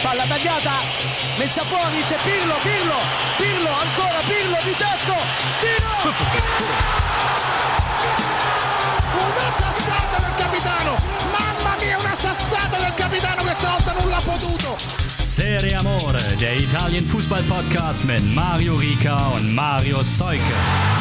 palla tagliata, messa fuori, c'è Pirlo, ancora Pirlo di tacco, tiro! Una sassata del capitano, mamma mia, una sassata del capitano che stavolta non l'ha potuto. Serie Amore, der Italien-Fußball-Podcast mit Mario Rica und Mario Seuke.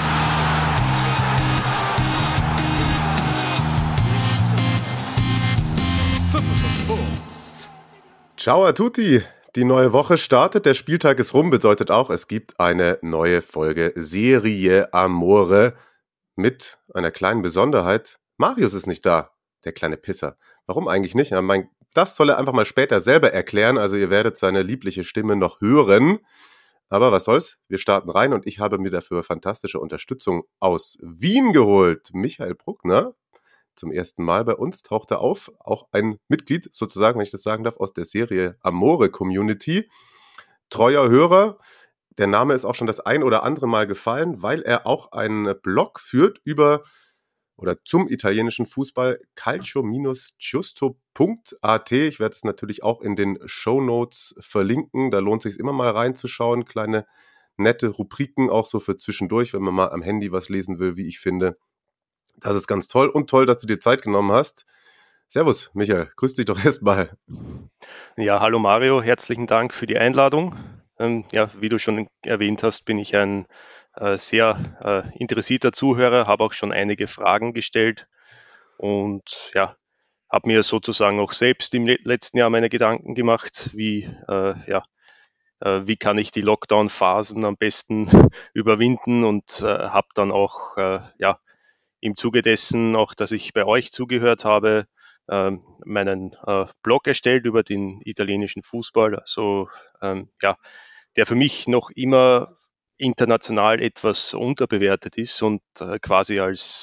Ciao a tutti, die neue Woche startet, der Spieltag ist rum, bedeutet auch, es gibt eine neue Folge Serie Amore mit einer kleinen Besonderheit. Marius ist nicht da, der kleine Pisser. Warum eigentlich nicht? Das soll er einfach mal später selber erklären, also ihr werdet seine liebliche Stimme noch hören. Aber was soll's, wir starten rein und ich habe mir dafür fantastische Unterstützung aus Wien geholt. Michael Bruckner. Zum ersten Mal bei uns tauchte auf, auch ein Mitglied sozusagen, wenn ich das sagen darf, aus der Serie Amore Community. Treuer Hörer, der Name ist auch schon das ein oder andere Mal gefallen, weil er auch einen Blog führt über oder zum italienischen Fußball, calcio-giusto.at. Ich werde es natürlich auch in den Shownotes verlinken, da lohnt es sich immer mal reinzuschauen, kleine nette Rubriken, auch so für zwischendurch, wenn man mal am Handy was lesen will, wie ich finde. Das ist ganz toll und toll, dass du dir Zeit genommen hast. Servus, Michael, grüß dich doch erstmal. Ja, hallo Mario, herzlichen Dank für die Einladung. Wie du schon erwähnt hast, bin ich ein sehr interessierter Zuhörer, habe auch schon einige Fragen gestellt und ja, habe mir sozusagen auch selbst im letzten Jahr meine Gedanken gemacht, wie kann ich die Lockdown-Phasen am besten überwinden und habe dann auch im Zuge dessen, auch dass ich bei euch zugehört habe, meinen Blog erstellt über den italienischen Fußball, der für mich noch immer international etwas unterbewertet ist und quasi als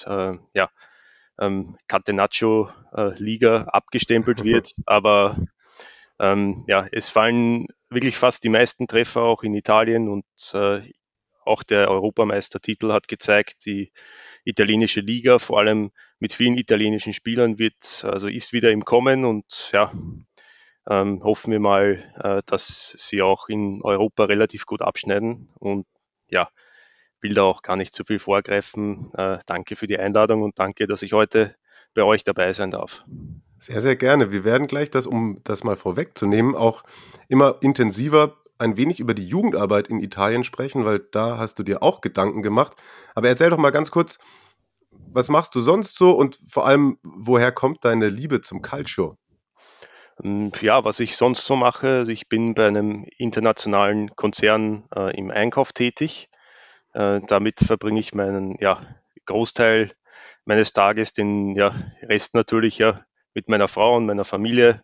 Catenaccio-Liga abgestempelt wird. Aber es fallen wirklich fast die meisten Treffer auch in Italien und auch der Europameistertitel hat gezeigt, die italienische Liga, vor allem mit vielen italienischen Spielern, ist wieder im Kommen und hoffen wir mal, dass sie auch in Europa relativ gut abschneiden und will da auch gar nicht zu viel vorgreifen. Danke für die Einladung und danke, dass ich heute bei euch dabei sein darf. Sehr, sehr gerne. Wir werden gleich, um das mal vorwegzunehmen, auch immer intensiver ein wenig über die Jugendarbeit in Italien sprechen, weil da hast du dir auch Gedanken gemacht. Aber erzähl doch mal ganz kurz, was machst du sonst so und vor allem, woher kommt deine Liebe zum Calcio? Ja, was ich sonst so mache, also ich bin bei einem internationalen Konzern im Einkauf tätig. Damit verbringe ich meinen Großteil meines Tages, den Rest natürlich mit meiner Frau und meiner Familie.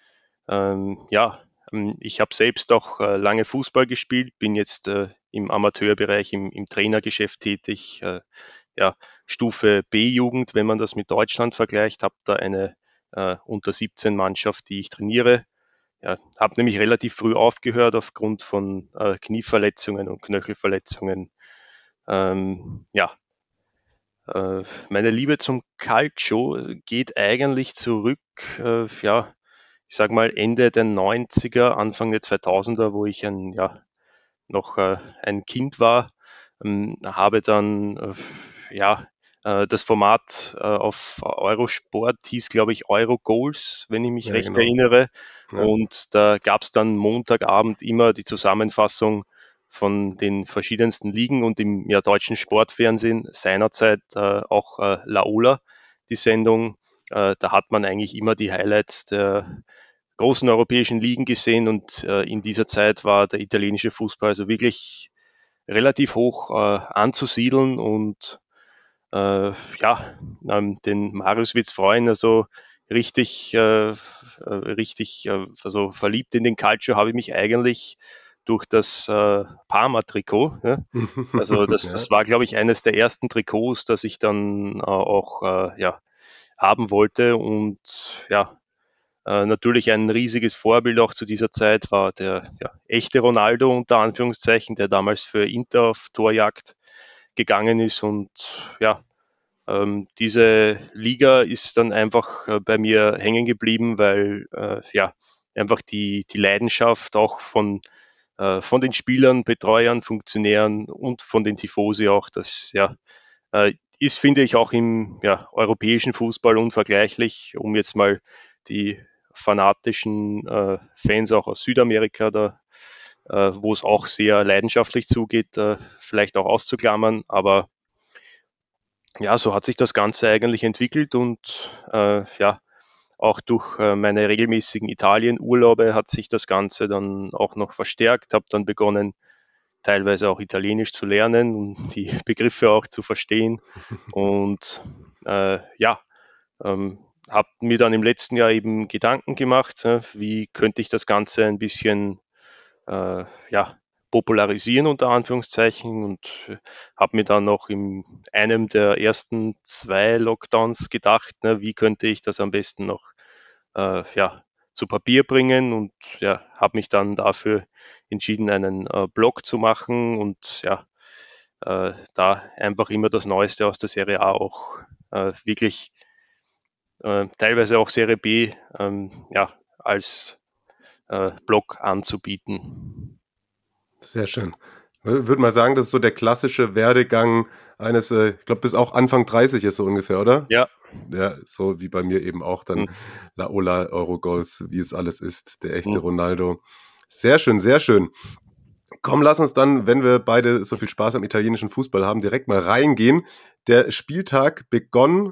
Ich habe selbst auch lange Fußball gespielt, bin jetzt im Amateurbereich, im Trainergeschäft tätig. Stufe B-Jugend, wenn man das mit Deutschland vergleicht, habe da eine Unter-17-Mannschaft, die ich trainiere. Habe nämlich relativ früh aufgehört aufgrund von Knieverletzungen und Knöchelverletzungen. Meine Liebe zum Calcio geht eigentlich zurück, ich sage mal Ende der 90er, Anfang der 2000er, wo ich noch ein Kind war, habe dann das Format auf Eurosport hieß, glaube ich, Eurogoals, wenn ich mich recht erinnere. Ja. Und da gab es dann Montagabend immer die Zusammenfassung von den verschiedensten Ligen und im deutschen Sportfernsehen seinerzeit auch Laola, die Sendung. Da hat man eigentlich immer die Highlights der großen europäischen Ligen gesehen und in dieser Zeit war der italienische Fußball also wirklich relativ hoch anzusiedeln und den Marius wird's freuen, also richtig verliebt in den Calcio habe ich mich eigentlich durch das Parma-Trikot. Ja? Also das war, glaube ich, eines der ersten Trikots, das ich dann auch haben wollte und natürlich ein riesiges Vorbild auch zu dieser Zeit war der echte Ronaldo unter Anführungszeichen, der damals für Inter auf Torjagd gegangen ist und diese Liga ist dann einfach bei mir hängen geblieben, weil einfach die Leidenschaft auch von den Spielern, Betreuern, Funktionären und von den Tifosi auch, das ist, finde ich, auch im europäischen Fußball unvergleichlich, um jetzt mal die fanatischen Fans auch aus Südamerika, da wo es auch sehr leidenschaftlich zugeht, vielleicht auch auszuklammern. Aber ja, so hat sich das Ganze eigentlich entwickelt und auch durch meine regelmäßigen Italien-Urlaube hat sich das Ganze dann auch noch verstärkt. Habe dann begonnen, teilweise auch Italienisch zu lernen und die Begriffe auch zu verstehen. Und habe mir dann im letzten Jahr eben Gedanken gemacht, wie könnte ich das Ganze ein bisschen popularisieren unter Anführungszeichen und habe mir dann noch in einem der ersten 2 Lockdowns gedacht, wie könnte ich das am besten noch zu Papier bringen und habe mich dann dafür entschieden, einen Blog zu machen und da einfach immer das Neueste aus der Serie A auch wirklich teilweise auch Serie B als Blog anzubieten. Sehr schön. Ich würde mal sagen, das ist so der klassische Werdegang eines, ich glaube, bis auch Anfang 30 ist so ungefähr, oder? Ja. Ja, so wie bei mir eben auch dann Laola, Eurogoals, wie es alles ist, der echte Ronaldo. Sehr schön, sehr schön. Komm, lass uns dann, wenn wir beide so viel Spaß am italienischen Fußball haben, direkt mal reingehen. Der Spieltag begann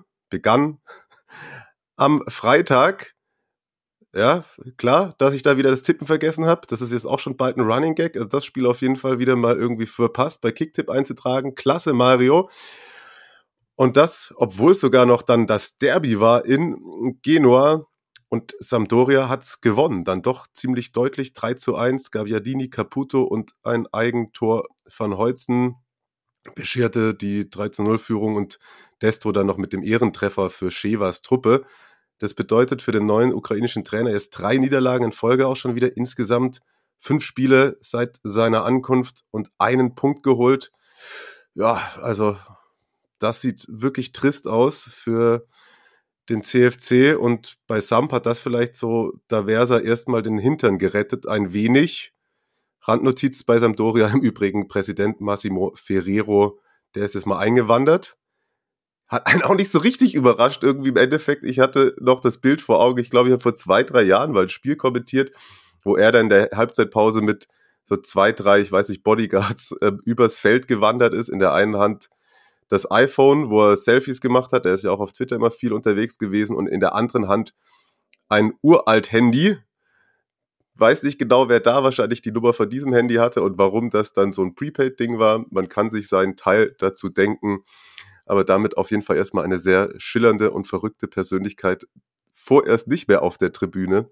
am Freitag. Ja, klar, dass ich da wieder das Tippen vergessen habe. Das ist jetzt auch schon bald ein Running Gag. Also das Spiel auf jeden Fall wieder mal irgendwie verpasst, bei Kicktipp einzutragen. Klasse, Mario. Und das, obwohl es sogar noch dann das Derby war in Genua. Und Sampdoria hat's gewonnen. Dann doch ziemlich deutlich 3:1. Gagliardini, Caputo und ein Eigentor von Holzen bescherte die 3:0-Führung und Destro dann noch mit dem Ehrentreffer für Shevas Truppe. Das bedeutet für den neuen ukrainischen Trainer erst 3 Niederlagen in Folge auch schon wieder. Insgesamt 5 Spiele seit seiner Ankunft und 1 Punkt geholt. Ja, also das sieht wirklich trist aus für den CFC und bei Samp hat das vielleicht so D'Aversa erstmal den Hintern gerettet, ein wenig. Randnotiz bei Sampdoria im Übrigen, Präsident Massimo Ferrero, der ist jetzt mal eingewandert. Hat einen auch nicht so richtig überrascht irgendwie im Endeffekt. Ich hatte noch das Bild vor Augen, ich glaube, ich habe vor 2-3 Jahren mal ein Spiel kommentiert, wo er dann in der Halbzeitpause mit so 2, 3, ich weiß nicht, Bodyguards übers Feld gewandert ist, in der einen Hand das iPhone, wo er Selfies gemacht hat, er ist ja auch auf Twitter immer viel unterwegs gewesen und in der anderen Hand ein Uralt-Handy. Weiß nicht genau, wer da wahrscheinlich die Nummer von diesem Handy hatte und warum das dann so ein Prepaid-Ding war. Man kann sich seinen Teil dazu denken, aber damit auf jeden Fall erstmal eine sehr schillernde und verrückte Persönlichkeit vorerst nicht mehr auf der Tribüne.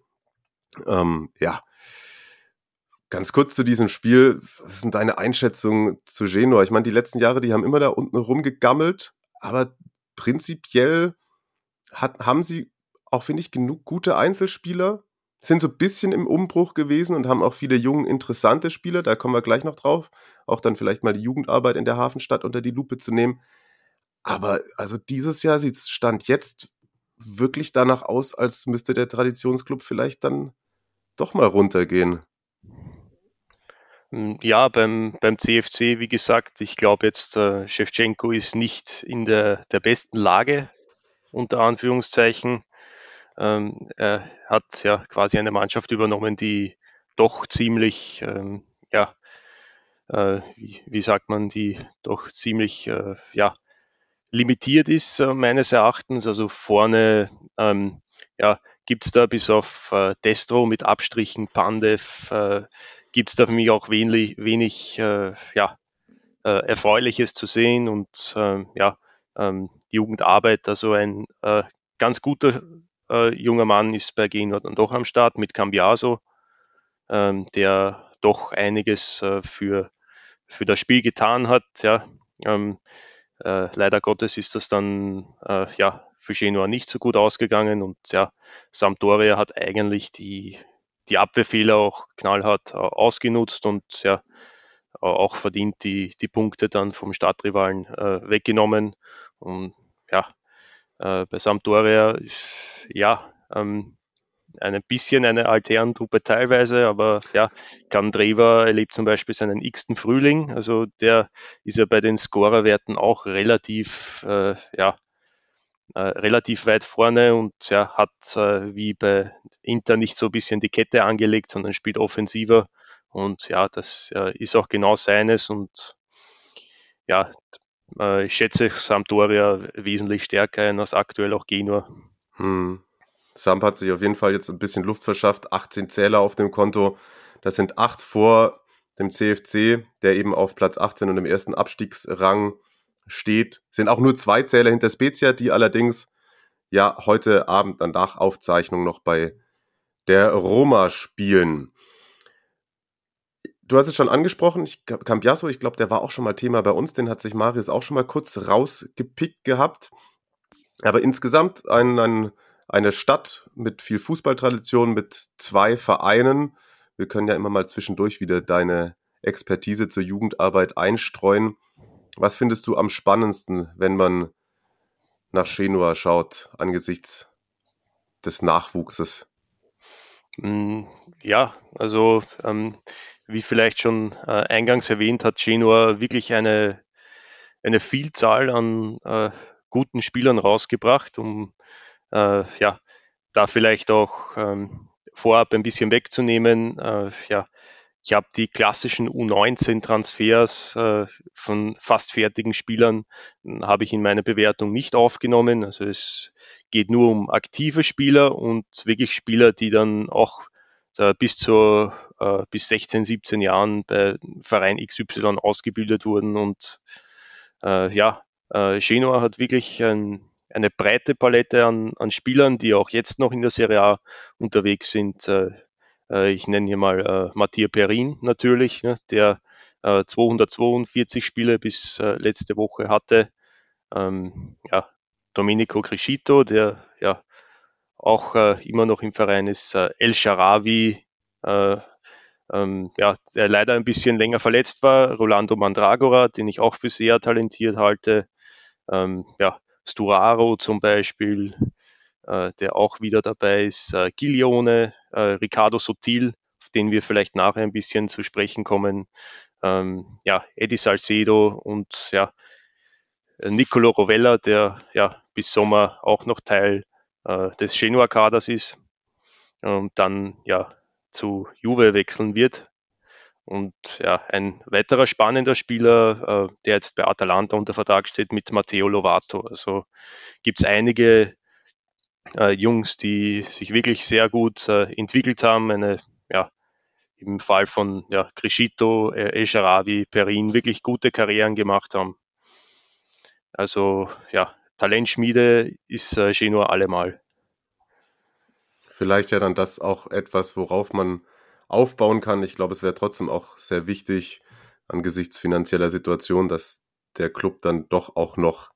Ganz kurz zu diesem Spiel, was sind deine Einschätzungen zu Genua? Ich meine, die letzten Jahre, die haben immer da unten rumgegammelt, aber prinzipiell haben sie auch, finde ich, genug gute Einzelspieler, sind so ein bisschen im Umbruch gewesen und haben auch viele junge, interessante Spieler, da kommen wir gleich noch drauf, auch dann vielleicht mal die Jugendarbeit in der Hafenstadt unter die Lupe zu nehmen. Aber also dieses Jahr sieht es Stand jetzt wirklich danach aus, als müsste der Traditionsclub vielleicht dann doch mal runtergehen. Ja, beim CFC, wie gesagt, ich glaube jetzt, Shevchenko ist nicht in der besten Lage, unter Anführungszeichen. Er hat ja quasi eine Mannschaft übernommen, die doch ziemlich, wie sagt man, die doch ziemlich, limitiert ist, meines Erachtens. Also vorne, gibt es da bis auf Destro mit Abstrichen, Pandev, gibt es da für mich auch wenig Erfreuliches zu sehen und die Jugendarbeit, also ein ganz guter junger Mann ist bei Genua dann doch am Start mit Cambiaso, der doch einiges für das Spiel getan hat. Ja. Leider Gottes ist das dann für Genua nicht so gut ausgegangen und ja, Sampdoria hat eigentlich die Abwehrfehler auch knallhart ausgenutzt und ja, auch verdient die Punkte dann vom Stadtrivalen weggenommen. Und ja, bei Sampdoria, ein bisschen eine Altherrentruppe teilweise, aber ja, Candreva erlebt zum Beispiel seinen x-ten Frühling, also der ist ja bei den Scorerwerten auch relativ weit vorne und ja, hat wie bei Inter nicht so ein bisschen die Kette angelegt, sondern spielt offensiver und ja, das ist auch genau seines und ja, ich schätze Sampdoria wesentlich stärker ein als aktuell auch Genua. Samp hat sich auf jeden Fall jetzt ein bisschen Luft verschafft, 18 Zähler auf dem Konto, das sind 8 vor dem CFC, der eben auf Platz 18 und im ersten Abstiegsrang steht, sind auch nur 2 Zähler hinter Spezia, die allerdings ja heute Abend dann nach Aufzeichnung noch bei der Roma spielen. Du hast es schon angesprochen, Cambiasso, ich glaube, der war auch schon mal Thema bei uns, den hat sich Marius auch schon mal kurz rausgepickt gehabt. Aber insgesamt eine Stadt mit viel Fußballtradition, mit 2 Vereinen. Wir können ja immer mal zwischendurch wieder deine Expertise zur Jugendarbeit einstreuen. Was findest du am spannendsten, wenn man nach Genua schaut, angesichts des Nachwuchses? Ja, also wie vielleicht schon eingangs erwähnt, hat Genua wirklich eine Vielzahl an guten Spielern rausgebracht, um da vielleicht auch vorab ein bisschen wegzunehmen. Ich habe die klassischen U19-Transfers von fast fertigen Spielern habe ich in meine Bewertung nicht aufgenommen. Also es geht nur um aktive Spieler und wirklich Spieler, die dann auch bis 16, 17 Jahren bei Verein XY ausgebildet wurden. Und Genua hat wirklich eine breite Palette an Spielern, die auch jetzt noch in der Serie A unterwegs sind. Ich nenne hier mal Mattia Perin natürlich, ne, der 242 Spiele bis letzte Woche hatte. Domenico Criscito, der ja auch immer noch im Verein ist. El Shaarawy, der leider ein bisschen länger verletzt war. Rolando Mandragora, den ich auch für sehr talentiert halte. Sturaro zum Beispiel, der auch wieder dabei ist, Giglione, Riccardo Sotil, auf den wir vielleicht nachher ein bisschen zu sprechen kommen, Eddie Salcedo und Nicolo Rovella, der bis Sommer auch noch Teil des Genua-Kaders ist und dann zu Juve wechseln wird. Und ein weiterer spannender Spieler, der jetzt bei Atalanta unter Vertrag steht, mit Matteo Lovato. Also gibt es einige Jungs, die sich wirklich sehr gut entwickelt haben. Im Fall von Criscito, El Shaarawy, Perin wirklich gute Karrieren gemacht haben. Also Talentschmiede ist Genua allemal. Vielleicht ja dann das auch etwas, worauf man aufbauen kann. Ich glaube, es wäre trotzdem auch sehr wichtig angesichts finanzieller Situation, dass der Club dann doch auch noch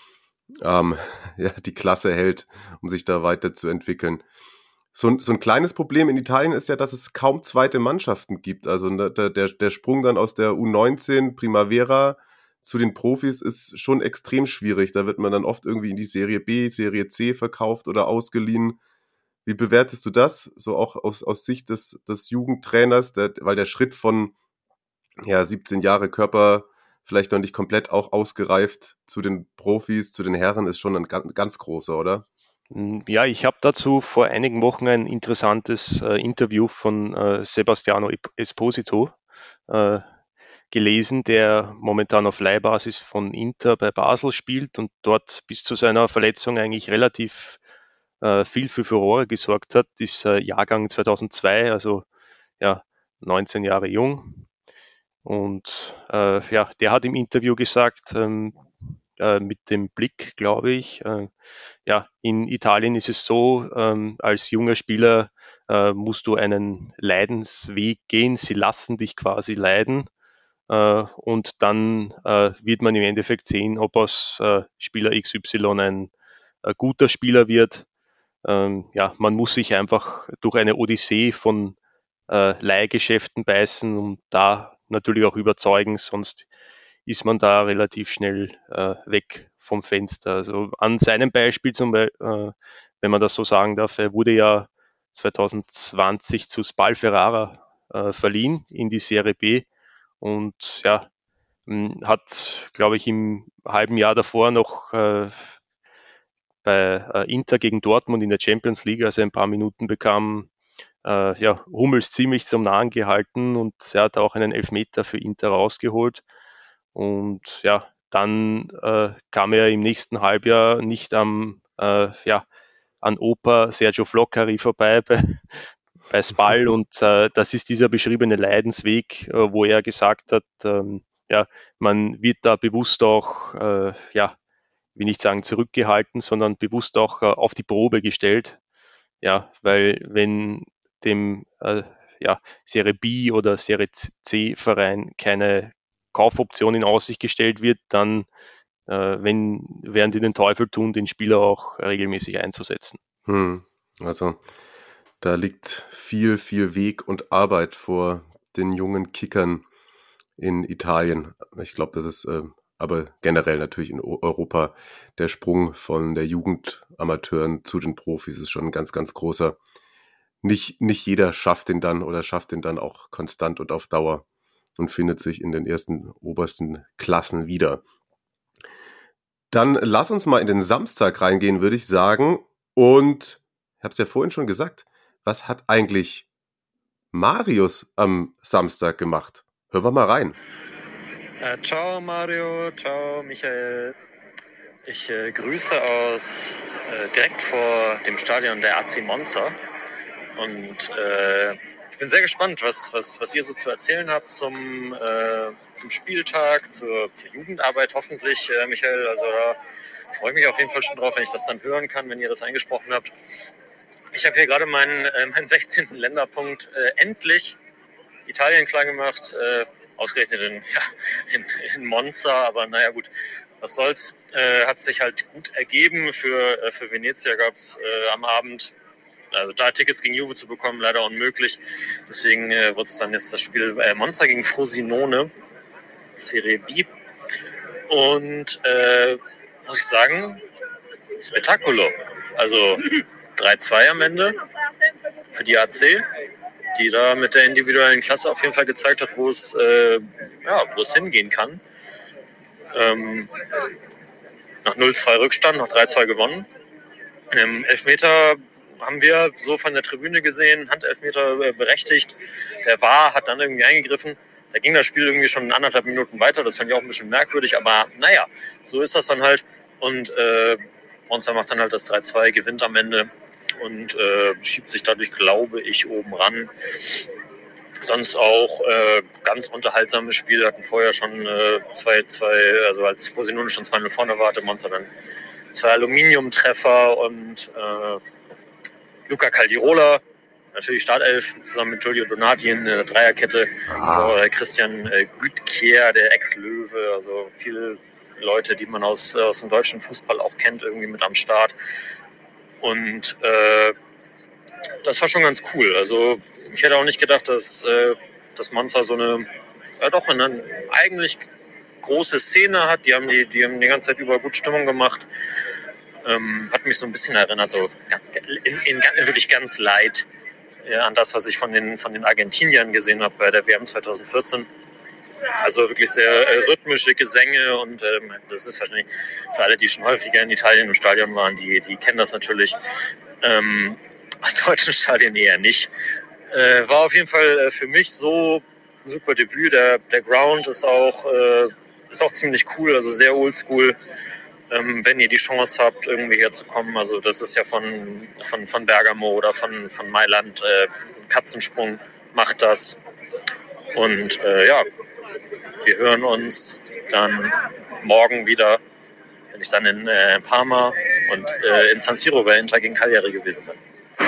die Klasse hält, um sich da weiterzuentwickeln. So ein kleines Problem in Italien ist ja, dass es kaum zweite Mannschaften gibt. Also der Sprung dann aus der U19 Primavera zu den Profis ist schon extrem schwierig. Da wird man dann oft irgendwie in die Serie B, Serie C verkauft oder ausgeliehen. Wie bewertest du das, so auch aus Sicht des Jugendtrainers, weil der Schritt von 17 Jahre Körper vielleicht noch nicht komplett auch ausgereift zu den Profis, zu den Herren, ist schon ein ganz großer, oder? Ja, ich habe dazu vor einigen Wochen ein interessantes Interview von Sebastiano Esposito gelesen, der momentan auf Leihbasis von Inter bei Basel spielt und dort bis zu seiner Verletzung eigentlich relativ viel für Furore gesorgt hat, ist Jahrgang 2002, also 19 Jahre jung. Und der hat im Interview gesagt, mit dem Blick, glaube ich, in Italien ist es so, als junger Spieler musst du einen Leidensweg gehen, sie lassen dich quasi leiden und dann wird man im Endeffekt sehen, ob aus Spieler XY ein guter Spieler wird. Man muss sich einfach durch eine Odyssee von Leihgeschäften beißen und da natürlich auch überzeugen, sonst ist man da relativ schnell weg vom Fenster. Also an seinem Beispiel wenn man das so sagen darf, er wurde ja 2020 zu Spal Ferrara verliehen in die Serie B und ja, hat, glaube ich, im halben Jahr davor noch bei Inter gegen Dortmund in der Champions League, als er ein paar Minuten bekam, Hummels ziemlich zum Nahen gehalten und er hat auch einen Elfmeter für Inter rausgeholt. Und ja, dann kam er im nächsten Halbjahr nicht an Opa Sergio Floccari vorbei bei Spal und das ist dieser beschriebene Leidensweg, wo er gesagt hat, man wird da bewusst auch, will nicht sagen zurückgehalten, sondern bewusst auch auf die Probe gestellt. Ja, weil wenn dem Serie B oder Serie C Verein keine Kaufoption in Aussicht gestellt wird, dann werden die den Teufel tun, den Spieler auch regelmäßig einzusetzen. Also da liegt viel, viel Weg und Arbeit vor den jungen Kickern in Italien. Ich glaube, das ist aber generell natürlich in Europa der Sprung von der Jugendamateuren zu den Profis ist schon ein ganz, ganz großer. Nicht jeder schafft den dann auch konstant und auf Dauer und findet sich in den ersten obersten Klassen wieder. Dann lass uns mal in den Samstag reingehen, würde ich sagen. Und ich habe es ja vorhin schon gesagt, was hat eigentlich Marius am Samstag gemacht? Hören wir mal rein. Ciao Mario, ciao Michael. Ich grüße aus direkt vor dem Stadion der AC Monza und ich bin sehr gespannt, was ihr so zu erzählen habt zum Spieltag, zur Jugendarbeit hoffentlich, Michael. Also da freue ich mich auf jeden Fall schon drauf, wenn ich das dann hören kann, wenn ihr das eingesprochen habt. Ich habe hier gerade meinen 16. Länderpunkt endlich Italien klar gemacht, ausgerechnet in Monza, aber naja gut, was soll's. Hat sich halt gut ergeben. Für Venezia gab es am Abend, also da Tickets gegen Juve zu bekommen, leider unmöglich. Deswegen wurde es dann jetzt das Spiel Monza gegen Frosinone, Serie B. Und muss ich sagen, Spettacolo. Also 3-2 am Ende für die AC, die da mit der individuellen Klasse auf jeden Fall gezeigt hat, wo es hingehen kann. Nach 0-2 Rückstand, nach 3-2 gewonnen. Elfmeter haben wir so von der Tribüne gesehen, Handelfmeter berechtigt. Der VAR hat dann irgendwie eingegriffen. Da ging das Spiel irgendwie schon 1,5 Minuten weiter. Das fand ich auch ein bisschen merkwürdig, aber naja, so ist das dann halt. Und Monza macht dann halt das 3-2, gewinnt am Ende und schiebt sich dadurch, glaube ich, oben ran. Sonst auch ganz unterhaltsames Spiel. Hatten vorher schon 2-2, also als Frosinone schon 2-0 vorne war, hatte Monza dann 2 Aluminiumtreffer und Luca Caldirola, natürlich Startelf, zusammen mit Giulio Donati in der Dreierkette. Christian Gütkier, der Ex-Löwe, also viele Leute, die man aus dem deutschen Fußball auch kennt, irgendwie mit am Start. Und das war schon ganz cool. Also ich hätte auch nicht gedacht, dass Monza so eine eigentlich große Szene hat. Die haben die ganze Zeit über gut Stimmung gemacht. Hat mich so ein bisschen erinnert, so wirklich ganz leid an das, was ich von den Argentiniern gesehen habe bei der WM 2014. Also wirklich sehr rhythmische Gesänge und das ist wahrscheinlich für alle, die schon häufiger in Italien im Stadion waren, die kennen das natürlich. Aus deutschen Stadien eher nicht. War auf jeden Fall für mich so ein super Debüt. Der Ground ist auch ziemlich cool, also sehr oldschool. Wenn ihr die Chance habt, irgendwie herzukommen. Also das ist ja von Bergamo oder von Mailand Katzensprung, macht das. Und wir hören uns dann morgen wieder, wenn ich dann in Parma und in San Siro bei Inter gegen Cagliari gewesen bin.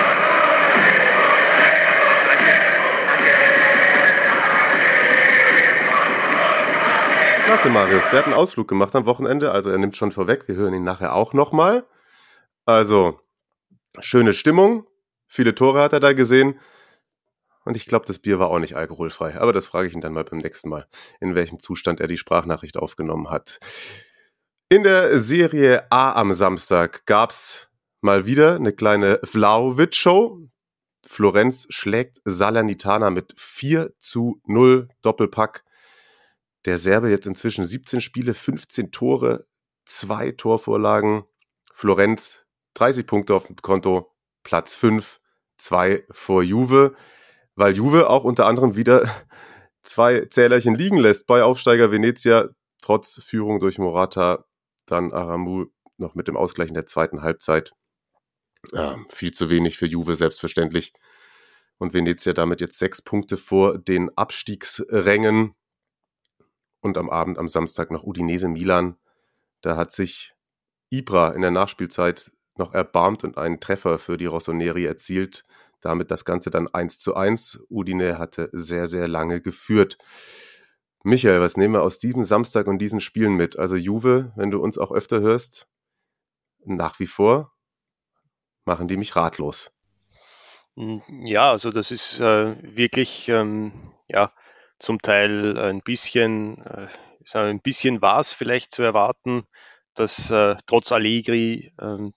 Klasse, Marius. Der hat einen Ausflug gemacht am Wochenende, also er nimmt schon vorweg. Wir hören ihn nachher auch nochmal. Also, schöne Stimmung. Viele Tore hat er da gesehen. Und ich glaube, das Bier war auch nicht alkoholfrei. Aber das frage ich ihn dann mal beim nächsten Mal, in welchem Zustand er die Sprachnachricht aufgenommen hat. In der Serie A am Samstag gab es mal wieder eine kleine Vlahovic-Show. Florenz schlägt Salernitana mit 4-0 Doppelpack. Der Serbe jetzt inzwischen 17 Spiele, 15 Tore, 2 Torvorlagen. Florenz 30 Punkte auf dem Konto, Platz 5, 2 vor Juve, weil Juve auch unter anderem wieder 2 Zählerchen liegen lässt bei Aufsteiger Venezia, trotz Führung durch Morata, dann Aramu noch mit dem Ausgleich in der zweiten Halbzeit. Viel zu wenig für Juve, selbstverständlich. Und Venezia damit jetzt 6 Punkte vor den Abstiegsrängen. Und am Abend, am Samstag noch Udinese Milan. Da hat sich Ibra in der Nachspielzeit noch erbarmt und einen Treffer für die Rossoneri erzielt. Damit das Ganze dann 1:1. Udine hatte sehr, sehr lange geführt. Michael, was nehmen wir aus diesem Samstag und diesen Spielen mit? Also Juve, wenn du uns auch öfter hörst, nach wie vor machen die mich ratlos. Ja, also das ist wirklich zum Teil ein bisschen war es vielleicht zu erwarten, dass trotz Allegri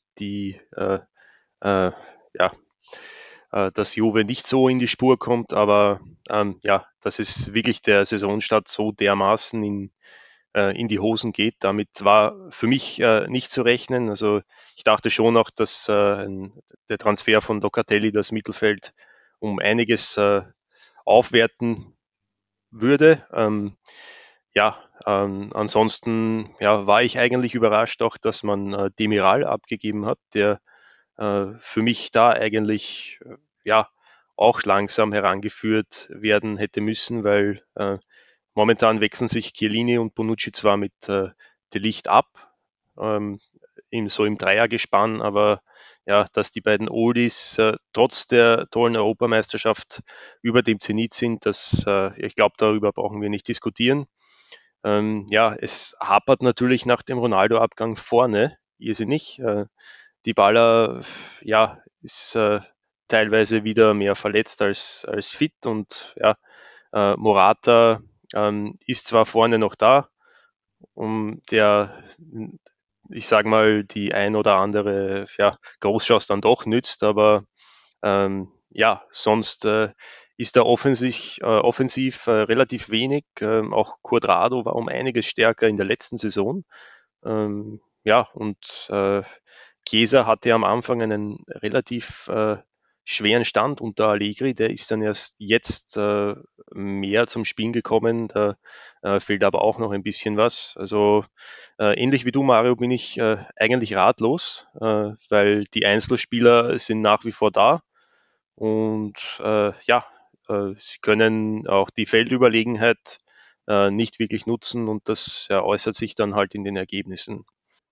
dass Juve nicht so in die Spur kommt, aber dass es wirklich der Saisonstart so dermaßen in die Hosen geht. Damit war für mich nicht zu rechnen. Also ich dachte schon auch, dass der Transfer von Locatelli das Mittelfeld um einiges aufwerten würde. Ansonsten war ich eigentlich überrascht auch, dass man Demiral abgegeben hat, der für mich da eigentlich auch langsam herangeführt werden hätte müssen, weil momentan wechseln sich Chiellini und Bonucci zwar mit De Ligt ab, im Dreiergespann, aber ja, dass die beiden Oldies trotz der tollen Europameisterschaft über dem Zenit sind, ich glaube, darüber brauchen wir nicht diskutieren. Es hapert natürlich nach dem Ronaldo-Abgang vorne, irrsinnig. Dybala ist teilweise wieder mehr verletzt als fit und Morata ist zwar vorne noch da, ich sage mal, die ein oder andere Großchance dann doch nützt, aber sonst ist da offensiv relativ wenig. Auch Cuadrado war um einiges stärker in der letzten Saison. Chiesa hatte am Anfang einen relativ schweren Stand unter Allegri, der ist dann erst jetzt mehr zum Spielen gekommen, da fehlt aber auch noch ein bisschen was. Also ähnlich wie du, Mario, bin ich eigentlich ratlos, weil die Einzelspieler sind nach wie vor da und sie können auch die Feldüberlegenheit nicht wirklich nutzen und das äußert sich dann halt in den Ergebnissen.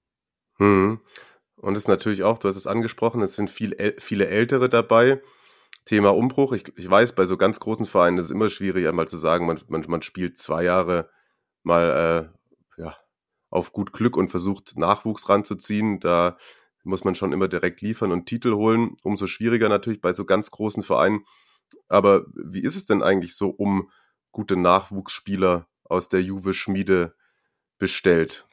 Und es ist natürlich auch, du hast es angesprochen, es sind viele Ältere dabei. Thema Umbruch, ich weiß, bei so ganz großen Vereinen ist es immer schwierig, einmal zu sagen, man spielt 2 Jahre mal auf gut Glück und versucht Nachwuchs ranzuziehen. Da muss man schon immer direkt liefern und Titel holen. Umso schwieriger natürlich bei so ganz großen Vereinen. Aber wie ist es denn eigentlich so um gute Nachwuchsspieler aus der Juve-Schmiede bestellt?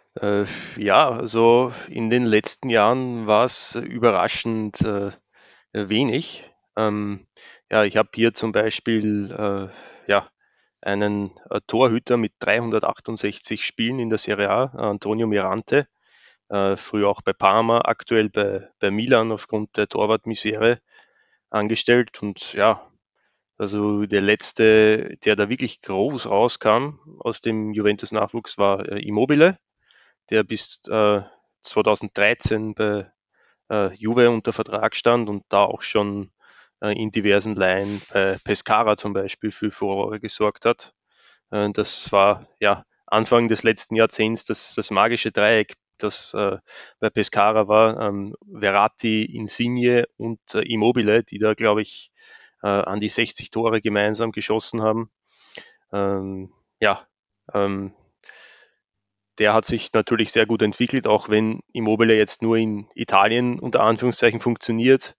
Also in den letzten Jahren war es überraschend wenig. Ich habe hier zum Beispiel einen Torhüter mit 368 Spielen in der Serie A, Antonio Mirante, früher auch bei Parma, aktuell bei Milan aufgrund der Torwartmisere angestellt. Und also der letzte, der da wirklich groß rauskam aus dem Juventus-Nachwuchs, war Immobile, der bis 2013 bei Juve unter Vertrag stand und da auch schon in diversen Leihen bei Pescara zum Beispiel für Furore gesorgt hat. Das war Anfang des letzten Jahrzehnts das magische Dreieck, das bei Pescara war. Verratti, Insigne und Immobile, die da, glaube ich, an die 60 Tore gemeinsam geschossen haben. Der hat sich natürlich sehr gut entwickelt, auch wenn Immobile jetzt nur in Italien unter Anführungszeichen funktioniert.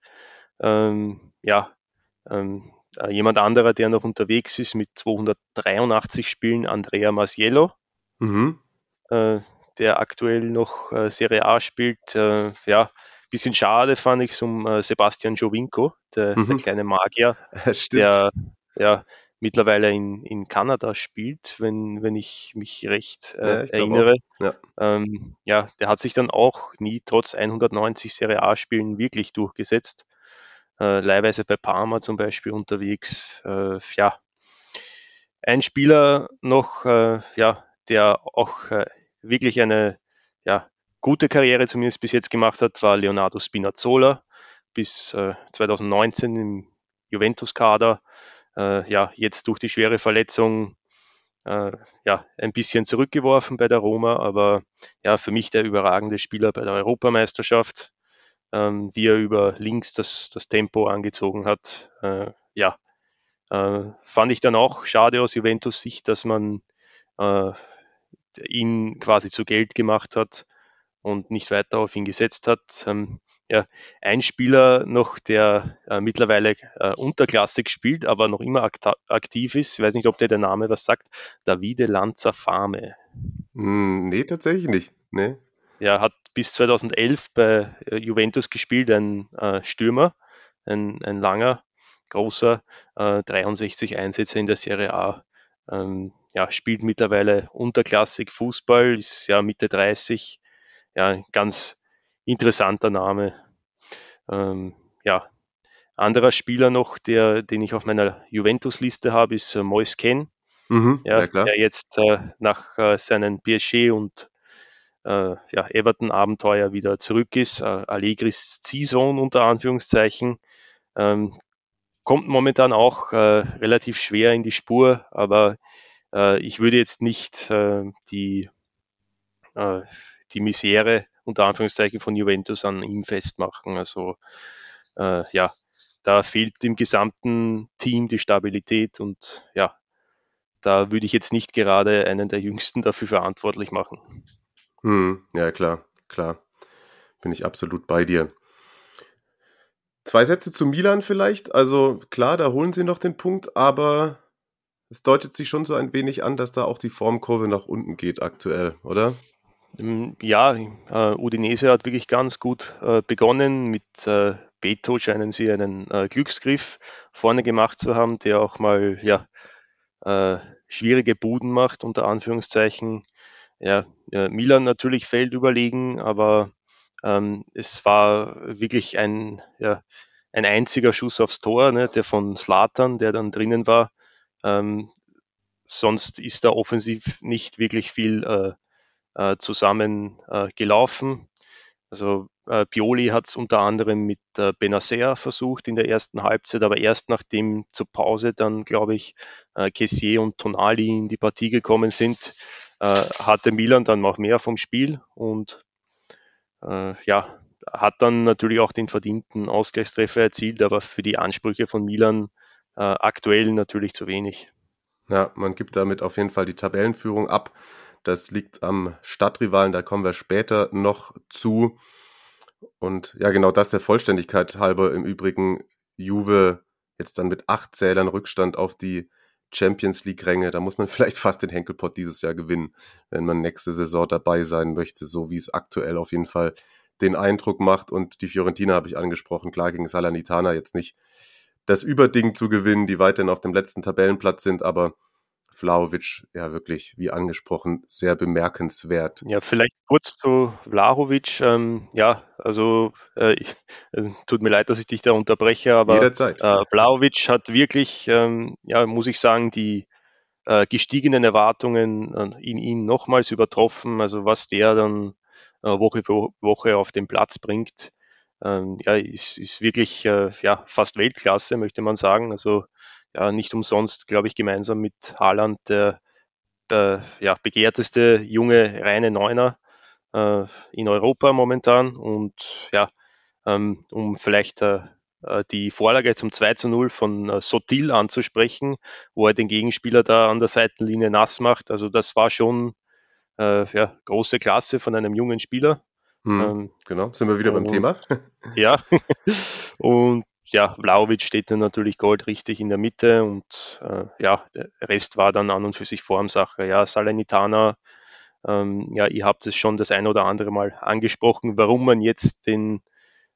Jemand anderer, der noch unterwegs ist mit 283 Spielen, Andrea Masiello, der aktuell noch Serie A spielt. bisschen schade fand ich es um Sebastian Giovinco, der kleine Magier, der ja mittlerweile in Kanada spielt, wenn ich mich recht erinnere. Der hat sich dann auch nie trotz 190 Serie A-Spielen wirklich durchgesetzt. Leihweise bei Parma zum Beispiel unterwegs. Ein Spieler noch, der auch wirklich eine gute Karriere zumindest bis jetzt gemacht hat, war Leonardo Spinazzola bis 2019 im Juventus-Kader. Jetzt durch die schwere Verletzung ein bisschen zurückgeworfen bei der Roma, aber für mich der überragende Spieler bei der Europameisterschaft, wie er über links das Tempo angezogen hat. Fand ich dann auch schade aus Juventus Sicht, dass man ihn quasi zu Geld gemacht hat und nicht weiter auf ihn gesetzt hat. Ein Spieler noch, der mittlerweile unterklassig spielt, aber noch immer aktiv ist. Ich weiß nicht, ob der Name was sagt. Davide Lanza-Fame. Nee, tatsächlich nicht. Nee. Er hat bis 2011 bei Juventus gespielt, ein Stürmer, ein langer, großer, 63 Einsätze in der Serie A. Spielt mittlerweile unterklassig Fußball, ist ja Mitte 30. Ein ganz interessanter Name. Anderer Spieler noch, den ich auf meiner Juventus-Liste habe, ist Moise Kean. Der jetzt nach seinen PSG und Everton-Abenteuer wieder zurück ist. Allegris Ziehsohn unter Anführungszeichen. Kommt momentan auch relativ schwer in die Spur, aber ich würde jetzt nicht die Misere unter Anführungszeichen von Juventus an ihm festmachen. Also da fehlt im gesamten Team die Stabilität und da würde ich jetzt nicht gerade einen der Jüngsten dafür verantwortlich machen. Ja, klar. Bin ich absolut bei dir. 2 Sätze zu Milan vielleicht. Also klar, da holen sie noch den Punkt, aber es deutet sich schon so ein wenig an, dass da auch die Formkurve nach unten geht aktuell, oder? Udinese hat wirklich ganz gut begonnen. Mit Beto scheinen sie einen Glücksgriff vorne gemacht zu haben, der auch mal schwierige Buden macht, unter Anführungszeichen. Milan natürlich feldüberlegen, aber es war wirklich ein einziger Schuss aufs Tor, ne, der von Zlatan, der dann drinnen war. Sonst ist da offensiv nicht wirklich viel zusammen gelaufen. Also Pioli hat es unter anderem mit Benacer versucht in der ersten Halbzeit, aber erst nachdem zur Pause dann, glaube ich, Kessié und Tonali in die Partie gekommen sind, hatte Milan dann noch mehr vom Spiel und hat dann natürlich auch den verdienten Ausgleichstreffer erzielt, aber für die Ansprüche von Milan aktuell natürlich zu wenig. Ja, man gibt damit auf jeden Fall die Tabellenführung ab. Das liegt am Stadtrivalen, da kommen wir später noch zu. Und ja, genau das der Vollständigkeit halber im Übrigen. Juve jetzt dann mit 8 Zählern Rückstand auf die Champions League-Ränge. Da muss man vielleicht fast den Henkelpott dieses Jahr gewinnen, wenn man nächste Saison dabei sein möchte, so wie es aktuell auf jeden Fall den Eindruck macht. Und die Fiorentina habe ich angesprochen, klar gegen Salernitana jetzt nicht das Überding zu gewinnen, die weiterhin auf dem letzten Tabellenplatz sind, aber Vlahovic, ja wirklich, wie angesprochen, sehr bemerkenswert. Ja, vielleicht kurz zu Vlahovic. Tut mir leid, dass ich dich da unterbreche, aber Jederzeit. Vlahovic hat wirklich, muss ich sagen, die gestiegenen Erwartungen in ihn nochmals übertroffen. Also was der dann Woche für Woche auf den Platz bringt, ist wirklich fast Weltklasse, möchte man sagen. Also nicht umsonst, glaube ich, gemeinsam mit Haaland der begehrteste junge reine Neuner in Europa momentan. Und um vielleicht die Vorlage zum 2:0 von Sotil anzusprechen, wo er den Gegenspieler da an der Seitenlinie nass macht. Also das war schon große Klasse von einem jungen Spieler. Genau, sind wir wieder beim Thema. Ja, und Vlahovic steht dann natürlich goldrichtig in der Mitte und der Rest war dann an und für sich Formsache. Ja, Salernitana, ihr habt es schon das ein oder andere Mal angesprochen, warum man jetzt den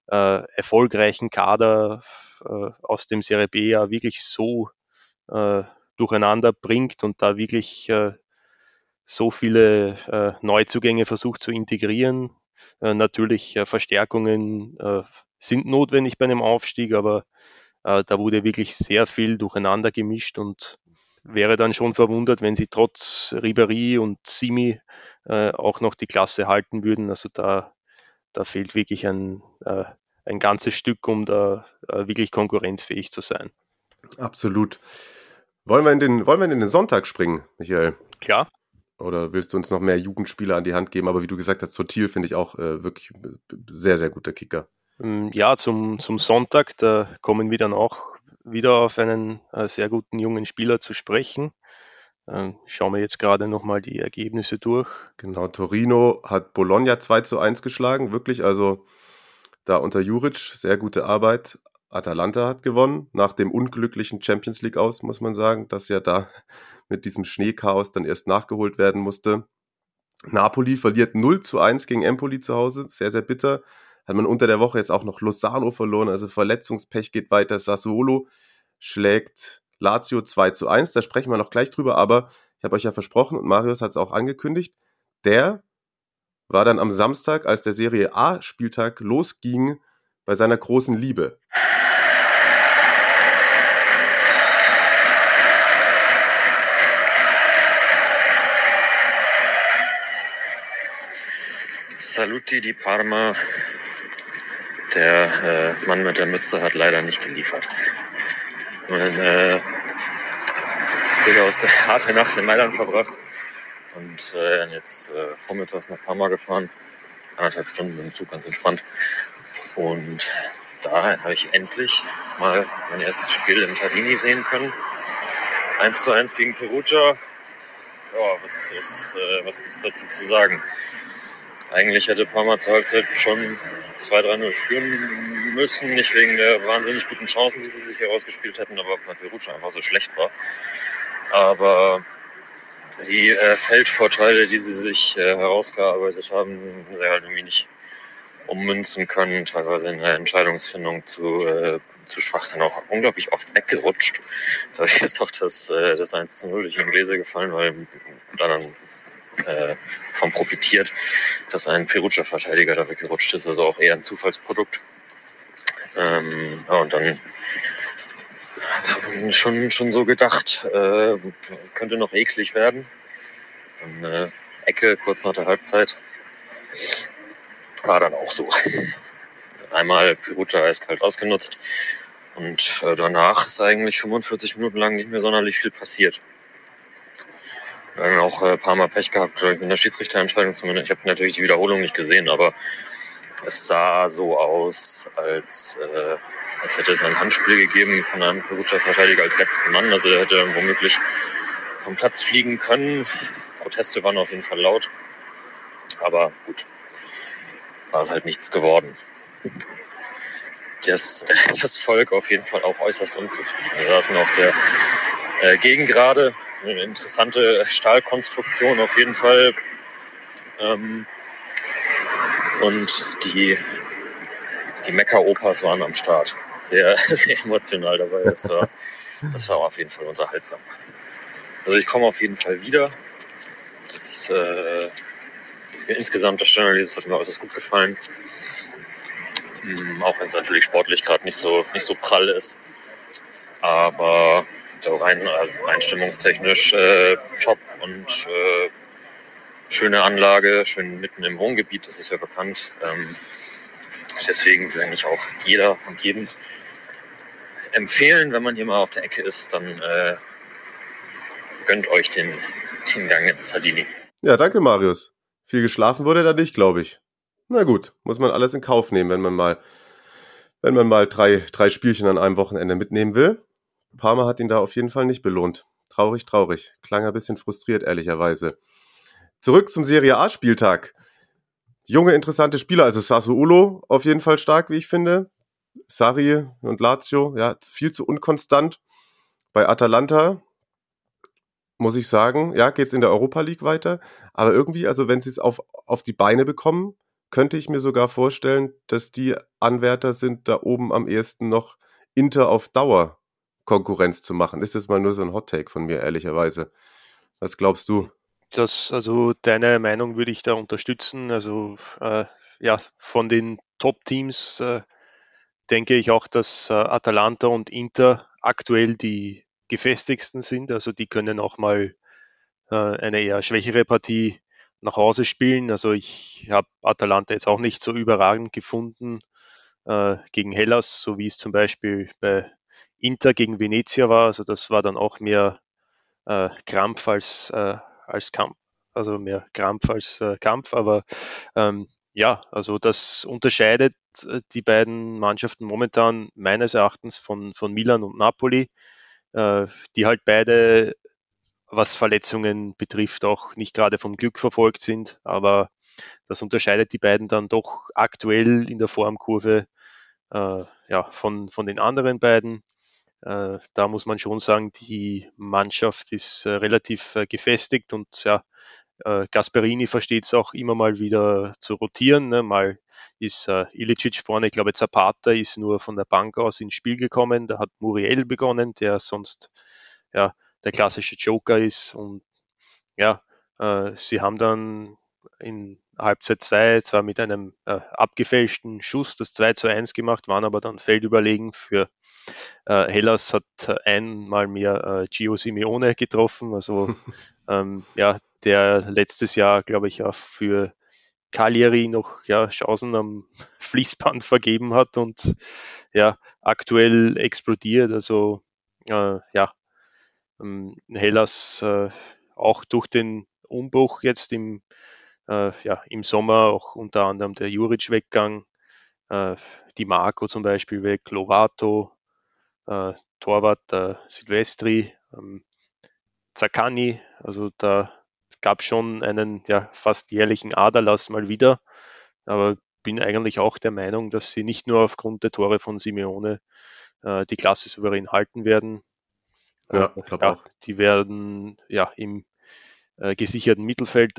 erfolgreichen Kader aus dem Serie B ja wirklich so durcheinander bringt und da wirklich so viele Neuzugänge versucht zu integrieren. Natürlich Verstärkungen sind notwendig bei einem Aufstieg, aber da wurde wirklich sehr viel durcheinander gemischt und wäre dann schon verwundert, wenn sie trotz Ribéry und Simi auch noch die Klasse halten würden. Also da fehlt wirklich ein ganzes Stück, um da wirklich konkurrenzfähig zu sein. Absolut. Wollen wir in den Sonntag springen, Michael? Klar. Oder willst du uns noch mehr Jugendspieler an die Hand geben? Aber wie du gesagt hast, Sotil finde ich auch wirklich sehr, sehr guter Kicker. Ja, zum Sonntag, da kommen wir dann auch wieder auf einen sehr guten jungen Spieler zu sprechen. Schauen wir jetzt gerade nochmal die Ergebnisse durch. Genau, Torino hat Bologna 2-1 geschlagen, wirklich, also da unter Juric, sehr gute Arbeit. Atalanta hat gewonnen, nach dem unglücklichen Champions League aus, muss man sagen, dass ja da mit diesem Schneechaos dann erst nachgeholt werden musste. Napoli verliert 0-1 gegen Empoli zu Hause, sehr, sehr bitter. Hat man unter der Woche jetzt auch noch Lozano verloren, also Verletzungspech geht weiter. Sassuolo schlägt Lazio 2-1, da sprechen wir noch gleich drüber, aber ich habe euch ja versprochen und Marius hat es auch angekündigt, der war dann am Samstag, als der Serie A-Spieltag losging, bei seiner großen Liebe. Saluti di Parma. Der Mann mit der Mütze hat leider nicht geliefert. Durchaus harte Nacht in Mailand verbracht und jetzt vormittags nach Parma gefahren. 1,5 Stunden im Zug, ganz entspannt. Und da habe ich endlich mal mein erstes Spiel im Tardini sehen können. 1-1 gegen Perugia. Ja, was gibt es dazu zu sagen? Eigentlich hätte Parma zur Halbzeit schon 2-3-0 führen müssen. Nicht wegen der wahnsinnig guten Chancen, die sie sich herausgespielt hätten, aber weil Perugia einfach so schlecht war. Aber die Feldvorteile, die sie sich herausgearbeitet haben, haben sie halt irgendwie nicht ummünzen können. Teilweise in der Entscheidungsfindung zu schwach, dann auch unglaublich oft weggerutscht. Da ist auch das 1-0 durch Inglese gefallen, weil dann davon profitiert, dass ein Perugia-Verteidiger da weggerutscht ist, also auch eher ein Zufallsprodukt. Und dann schon so gedacht, könnte noch eklig werden. Eine Ecke kurz nach der Halbzeit war dann auch so. Einmal Perugia eiskalt ausgenutzt und danach ist eigentlich 45 Minuten lang nicht mehr sonderlich viel passiert. Wir haben auch ein paar Mal Pech gehabt mit der Schiedsrichterentscheidung zumindest. Ich habe natürlich die Wiederholung nicht gesehen, aber es sah so aus, als hätte es ein Handspiel gegeben von einem Perugia-Verteidiger als letzten Mann. Also der hätte womöglich vom Platz fliegen können. Proteste waren auf jeden Fall laut. Aber gut, war es halt nichts geworden. Das Volk auf jeden Fall auch äußerst unzufrieden. Wir saßen auf der Gegengrade. Eine interessante Stahlkonstruktion auf jeden Fall. Und die Mekka-Opas waren am Start. Sehr, sehr emotional dabei. Das war auf jeden Fall unterhaltsam. Also ich komme auf jeden Fall wieder. Insgesamt das Stadionerlebnis hat mir äußerst gut gefallen. Auch wenn es natürlich sportlich gerade nicht so prall ist. Aber rein stimmungstechnisch top und schöne Anlage, schön mitten im Wohngebiet, das ist ja bekannt. Deswegen will eigentlich auch jeder und jedem empfehlen, wenn man hier mal auf der Ecke ist, dann gönnt euch den Gang ins Tardini. Ja, danke Marius. Viel geschlafen wurde da nicht, glaube ich. Na gut, muss man alles in Kauf nehmen, wenn man mal drei Spielchen an einem Wochenende mitnehmen will. Parma hat ihn da auf jeden Fall nicht belohnt. Traurig. Klang ein bisschen frustriert, ehrlicherweise. Zurück zum Serie A-Spieltag. Junge, interessante Spieler, also Sassuolo auf jeden Fall stark, wie ich finde. Sarri und Lazio, ja, viel zu unkonstant. Bei Atalanta muss ich sagen, ja, geht's in der Europa League weiter. Aber irgendwie, also wenn sie es auf die Beine bekommen, könnte ich mir sogar vorstellen, dass die Anwärter sind, da oben am ehesten noch Inter auf Dauer Konkurrenz zu machen. Ist das mal nur so ein Hot-Take von mir, ehrlicherweise. Was glaubst du? Also deine Meinung würde ich da unterstützen. Also von den Top-Teams denke ich auch, dass Atalanta und Inter aktuell die gefestigsten sind. Also die können auch mal eine eher schwächere Partie nach Hause spielen. Also ich habe Atalanta jetzt auch nicht so überragend gefunden gegen Hellas, so wie es zum Beispiel bei Inter gegen Venezia war. Also das war dann auch mehr Krampf als Kampf. Also mehr Krampf als Kampf. Aber also das unterscheidet die beiden Mannschaften momentan meines Erachtens von Milan und Napoli, die halt beide, was Verletzungen betrifft, auch nicht gerade vom Glück verfolgt sind. Aber das unterscheidet die beiden dann doch aktuell in der Formkurve von den anderen beiden. Da muss man schon sagen, die Mannschaft ist relativ gefestigt und Gasperini versteht es auch immer mal wieder zu rotieren. Ne? Mal ist Ilicic vorne, ich glaube Zapata ist nur von der Bank aus ins Spiel gekommen, da hat Muriel begonnen, der sonst der klassische Joker ist und sie haben dann in Halbzeit 2 zwar mit einem abgefälschten Schuss das 2:1 gemacht, waren aber dann feldüberlegen. Für Hellas hat einmal mehr Gio Simeone getroffen, also der letztes Jahr, glaube ich, auch für Cagliari noch Chancen am Fließband vergeben hat und aktuell explodiert. Also Hellas auch durch den Umbruch jetzt im Sommer, auch unter anderem der Juric-Weggang, Di Marco zum Beispiel weg, Lovato, Torwart Silvestri, Zaccagni, also da gab es schon einen fast jährlichen Aderlass mal wieder, aber bin eigentlich auch der Meinung, dass sie nicht nur aufgrund der Tore von Simeone die Klasse souverän halten werden. Ja, ich glaube auch. Die werden im gesicherten Mittelfeld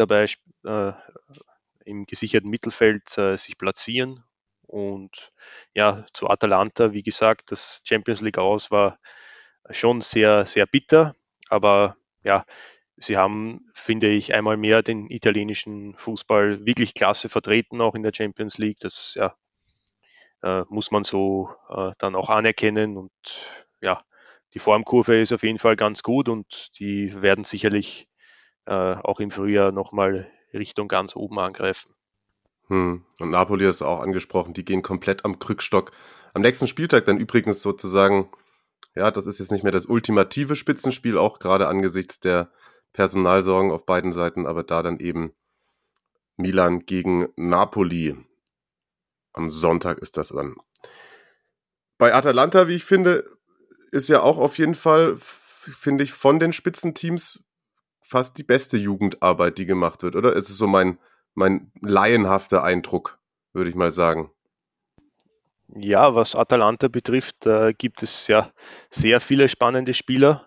sich platzieren. Und zu Atalanta, wie gesagt, das Champions League aus war schon sehr, sehr bitter, aber sie haben, finde ich, einmal mehr den italienischen Fußball wirklich klasse vertreten, auch in der Champions League. Das muss man so dann auch anerkennen und die Formkurve ist auf jeden Fall ganz gut und die werden sicherlich auch im Frühjahr nochmal Richtung ganz oben angreifen. Und Napoli ist auch angesprochen, die gehen komplett am Krückstock. Am nächsten Spieltag dann übrigens sozusagen, das ist jetzt nicht mehr das ultimative Spitzenspiel, auch gerade angesichts der Personalsorgen auf beiden Seiten, aber da dann eben Milan gegen Napoli. Am Sonntag ist das dann. Bei Atalanta, wie ich finde, ist ja auch auf jeden Fall, finde ich, von den Spitzenteams fast die beste Jugendarbeit, die gemacht wird, oder? Es ist so mein laienhafter Eindruck, würde ich mal sagen. Ja, was Atalanta betrifft, gibt es sehr viele spannende Spieler.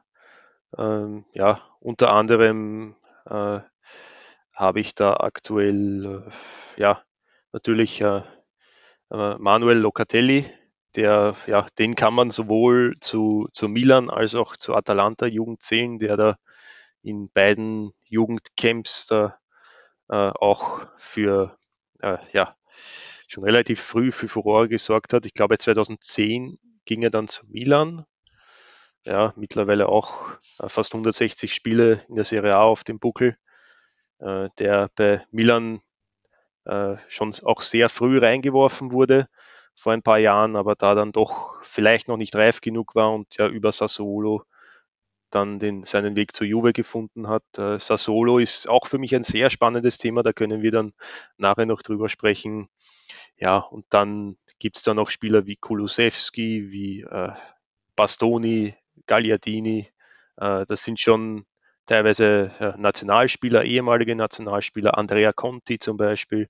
Unter anderem habe ich da aktuell natürlich Manuel Locatelli, den kann man sowohl zu Milan als auch zu Atalanta Jugend zählen, der da in beiden Jugendcamps da auch für schon relativ früh für Furore gesorgt hat. Ich glaube 2010 ging er dann zu Milan. Ja, mittlerweile auch fast 160 Spiele in der Serie A auf dem Buckel, der bei Milan schon auch sehr früh reingeworfen wurde vor ein paar Jahren, aber da dann doch vielleicht noch nicht reif genug war und über Sassuolo dann seinen Weg zur Juve gefunden hat. Sassuolo ist auch für mich ein sehr spannendes Thema, da können wir dann nachher noch drüber sprechen. Ja, und dann gibt es da noch Spieler wie Kulusevski, wie Bastoni, Gagliardini. Das sind schon teilweise Nationalspieler, ehemalige Nationalspieler, Andrea Conti zum Beispiel.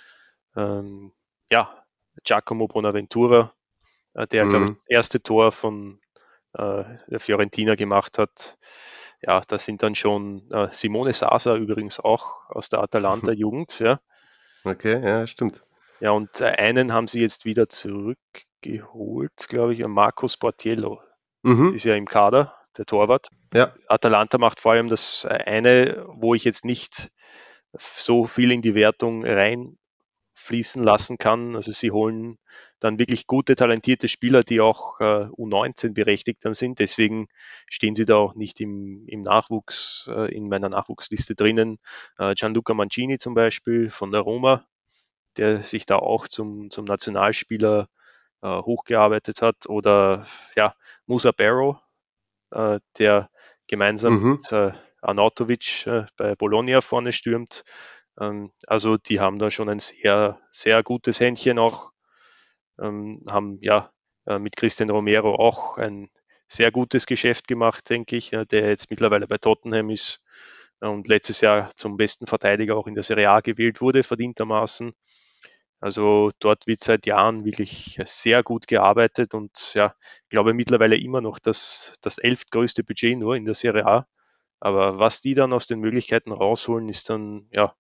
Giacomo Bonaventura, der, glaube ich, das erste Tor von der Fiorentina gemacht hat. Ja, das sind dann schon Simone Sasa übrigens auch aus der Atalanta-Jugend. Ja. Okay, ja, stimmt. Ja, und einen haben sie jetzt wieder zurückgeholt, glaube ich, Marco Sportiello. Ist ja im Kader, der Torwart. Ja. Atalanta macht vor allem das eine, wo ich jetzt nicht so viel in die Wertung reinfließen lassen kann. Also sie holen dann wirklich gute, talentierte Spieler, die auch U19 berechtigt dann sind. Deswegen stehen sie da auch nicht im Nachwuchs, in meiner Nachwuchsliste drinnen. Gianluca Mancini zum Beispiel von der Roma, der sich da auch zum Nationalspieler hochgearbeitet hat. Oder ja, Musa Barrow, der gemeinsam mit Arnautovic bei Bologna vorne stürmt. Also die haben da schon ein sehr, sehr gutes Händchen auch, haben ja mit Christian Romero auch ein sehr gutes Geschäft gemacht, denke ich, der jetzt mittlerweile bei Tottenham ist und letztes Jahr zum besten Verteidiger auch in der Serie A gewählt wurde, verdientermaßen. Also dort wird seit Jahren wirklich sehr gut gearbeitet und ja, ich glaube mittlerweile immer noch das 11. größte Budget nur in der Serie A. Aber was die dann aus den Möglichkeiten rausholen, ist dann ja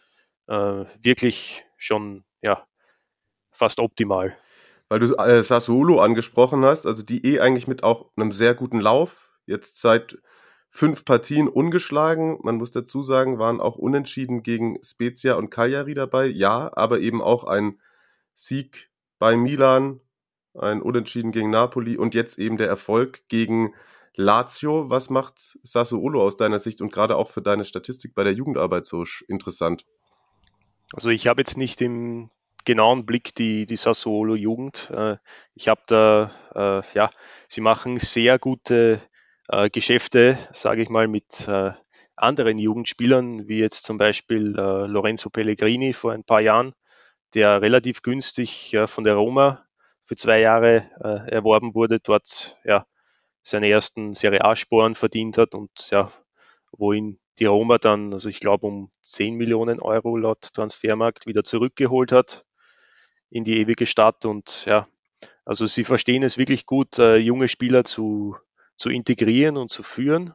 wirklich schon ja fast optimal. Weil du Sassuolo angesprochen hast, also die eigentlich mit auch einem sehr guten Lauf, jetzt seit 5 Partien ungeschlagen. Man muss dazu sagen, waren auch unentschieden gegen Spezia und Cagliari dabei. Ja, aber eben auch ein Sieg bei Milan, ein Unentschieden gegen Napoli und jetzt eben der Erfolg gegen Lazio. Was macht Sassuolo aus deiner Sicht und gerade auch für deine Statistik bei der Jugendarbeit so interessant? Also ich habe jetzt nicht im genauen Blick die Sassuolo-Jugend. Ich habe da, ja, sie machen sehr gute Geschäfte, sage ich mal, mit anderen Jugendspielern, wie jetzt zum Beispiel Lorenzo Pellegrini vor ein paar Jahren, der relativ günstig von der Roma für 2 Jahre erworben wurde, dort ja seine ersten Serie A-Sporen verdient hat und ja, wohin die Roma dann, also ich glaube um 10 Millionen Euro laut Transfermarkt wieder zurückgeholt hat in die ewige Stadt und ja, also sie verstehen es wirklich gut, junge Spieler zu integrieren und zu führen.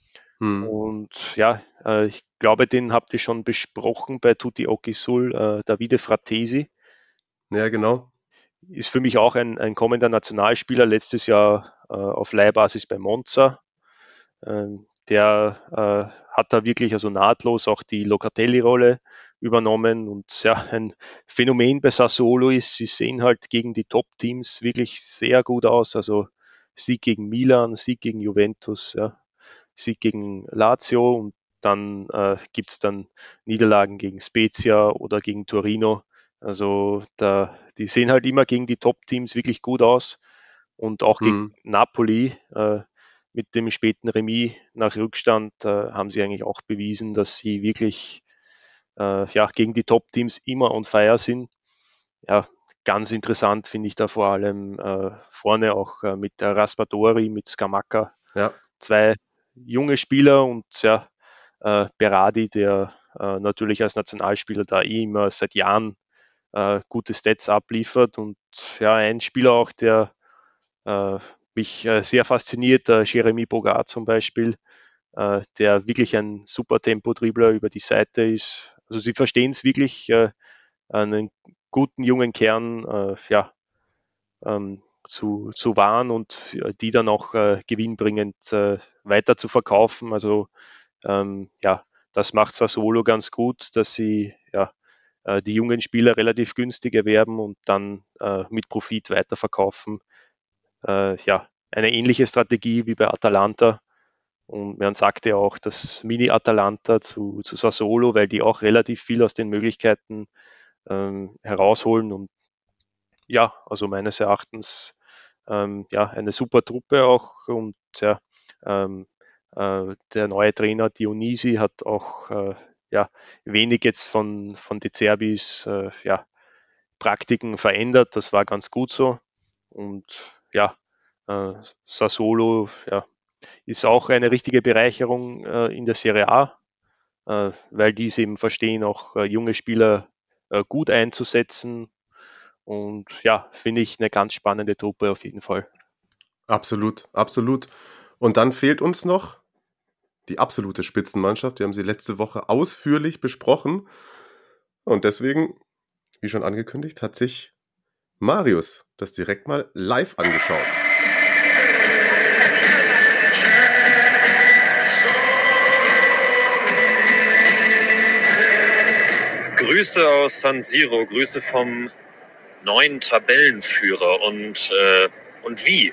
Und ja, ich glaube, den habt ihr schon besprochen bei Tutti Oki Sul, Davide Fratesi. Ja, genau. Ist für mich auch ein kommender Nationalspieler, letztes Jahr auf Leihbasis bei Monza. Der hat da wirklich also nahtlos auch die Locatelli-Rolle übernommen und ja, ein Phänomen bei Sassuolo ist, sie sehen halt gegen die Top-Teams wirklich sehr gut aus, also Sieg gegen Milan, Sieg gegen Juventus, ja, Sieg gegen Lazio und dann gibt es dann Niederlagen gegen Spezia oder gegen Torino, also die sehen halt immer gegen die Top-Teams wirklich gut aus und auch gegen Napoli mit dem späten Remis nach Rückstand haben sie eigentlich auch bewiesen, dass sie wirklich ja, gegen die Top-Teams immer on fire sind. Ja, ganz interessant finde ich da vor allem vorne auch mit Raspadori, mit Scamacca. Ja. 2 junge Spieler und ja, Berardi, der natürlich als Nationalspieler da immer seit Jahren gute Stats abliefert und ja, ein Spieler auch, der mich sehr fasziniert, Jeremy Boga zum Beispiel, der wirklich ein super Tempo-Dribbler über die Seite ist. Also sie verstehen es wirklich, einen guten jungen Kern ja, zu wahren und die dann auch gewinnbringend weiter zu verkaufen. Also ja, das macht Sassuolo ganz gut, dass sie ja, die jungen Spieler relativ günstig erwerben und dann mit Profit weiterverkaufen. Ja, eine ähnliche Strategie wie bei Atalanta. Und man sagte auch, das Mini-Atalanta zu Sassuolo, weil die auch relativ viel aus den Möglichkeiten herausholen. Und ja, also meines Erachtens ja, eine super Truppe auch. Und ja, der neue Trainer Dionisi hat auch ja, wenig jetzt von De Zerbis ja, Praktiken verändert. Das war ganz gut so. Und ja, Sassuolo ja, ist auch eine richtige Bereicherung in der Serie A, weil die es eben verstehen, auch junge Spieler gut einzusetzen. Und ja, finde ich eine ganz spannende Truppe auf jeden Fall. Absolut, absolut. Und dann fehlt uns noch die absolute Spitzenmannschaft. Wir haben sie letzte Woche ausführlich besprochen. Und deswegen, wie schon angekündigt, hat sich Marius das direkt mal live angeschaut. Grüße aus San Siro, Grüße vom neuen Tabellenführer und wie.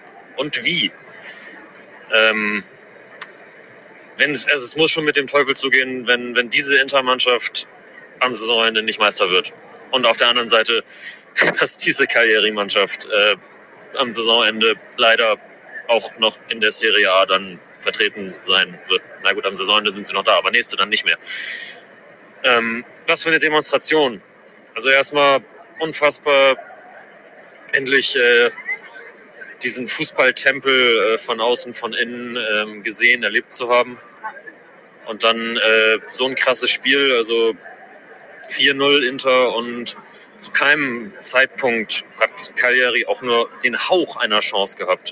Es muss schon mit dem Teufel zugehen, wenn diese Inter-Mannschaft am Saisonende nicht Meister wird. Und auf der anderen Seite, dass diese Cagliari-Mannschaft am Saisonende leider auch noch in der Serie A dann vertreten sein wird. Na gut, am Saisonende sind sie noch da, aber nächste dann nicht mehr. Was für eine Demonstration. Also erstmal unfassbar, endlich diesen Fußballtempel von außen, von innen gesehen, erlebt zu haben. Und dann so ein krasses Spiel, also 4-0 Inter, und zu keinem Zeitpunkt hat Cagliari auch nur den Hauch einer Chance gehabt.